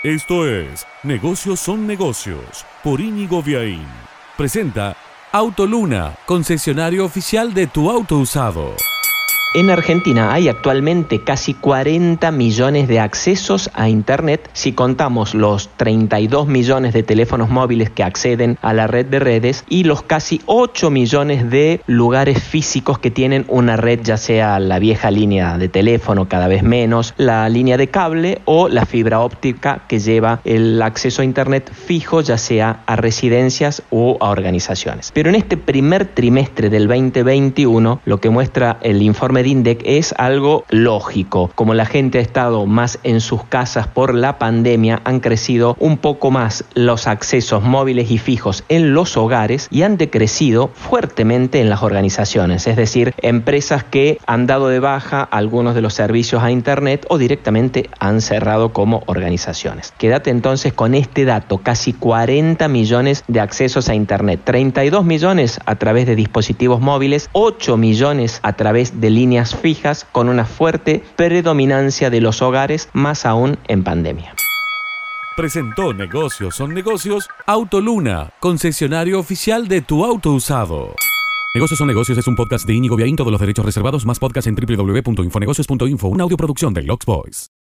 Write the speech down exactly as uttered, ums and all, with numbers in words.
Esto es Negocios son Negocios, por Íñigo Viaín. Presenta Autoluna, concesionario oficial de tu auto usado. En Argentina hay actualmente casi cuarenta millones de accesos a Internet si contamos los treinta y dos millones de teléfonos móviles que acceden a la red de redes y los casi ocho millones de lugares físicos que tienen una red, ya sea la vieja línea de teléfono, cada vez menos, la línea de cable o la fibra óptica que lleva el acceso a Internet fijo, ya sea a residencias o a organizaciones. Pero en este primer trimestre del veinte veintiuno, lo que muestra el informe de INDEC es algo lógico. Como la gente ha estado más en sus casas por la pandemia, han crecido un poco más los accesos móviles y fijos en los hogares y han decrecido fuertemente en las organizaciones, es decir, empresas que han dado de baja algunos de los servicios a Internet o directamente han cerrado como organizaciones. Quédate entonces con este dato: casi cuarenta millones de accesos a Internet, treinta y dos millones a través de dispositivos móviles, ocho millones a través de líneas fijas, con una fuerte predominancia de los hogares, más aún en pandemia. Presentó Negocios son Negocios, Autoluna, concesionario oficial de tu auto usado. Negocios son Negocios es un podcast de Íñigo Viaín, todos los derechos reservados, más podcast en doble u doble u doble u punto infonegocios punto info, una audioproducción de Logs Boys.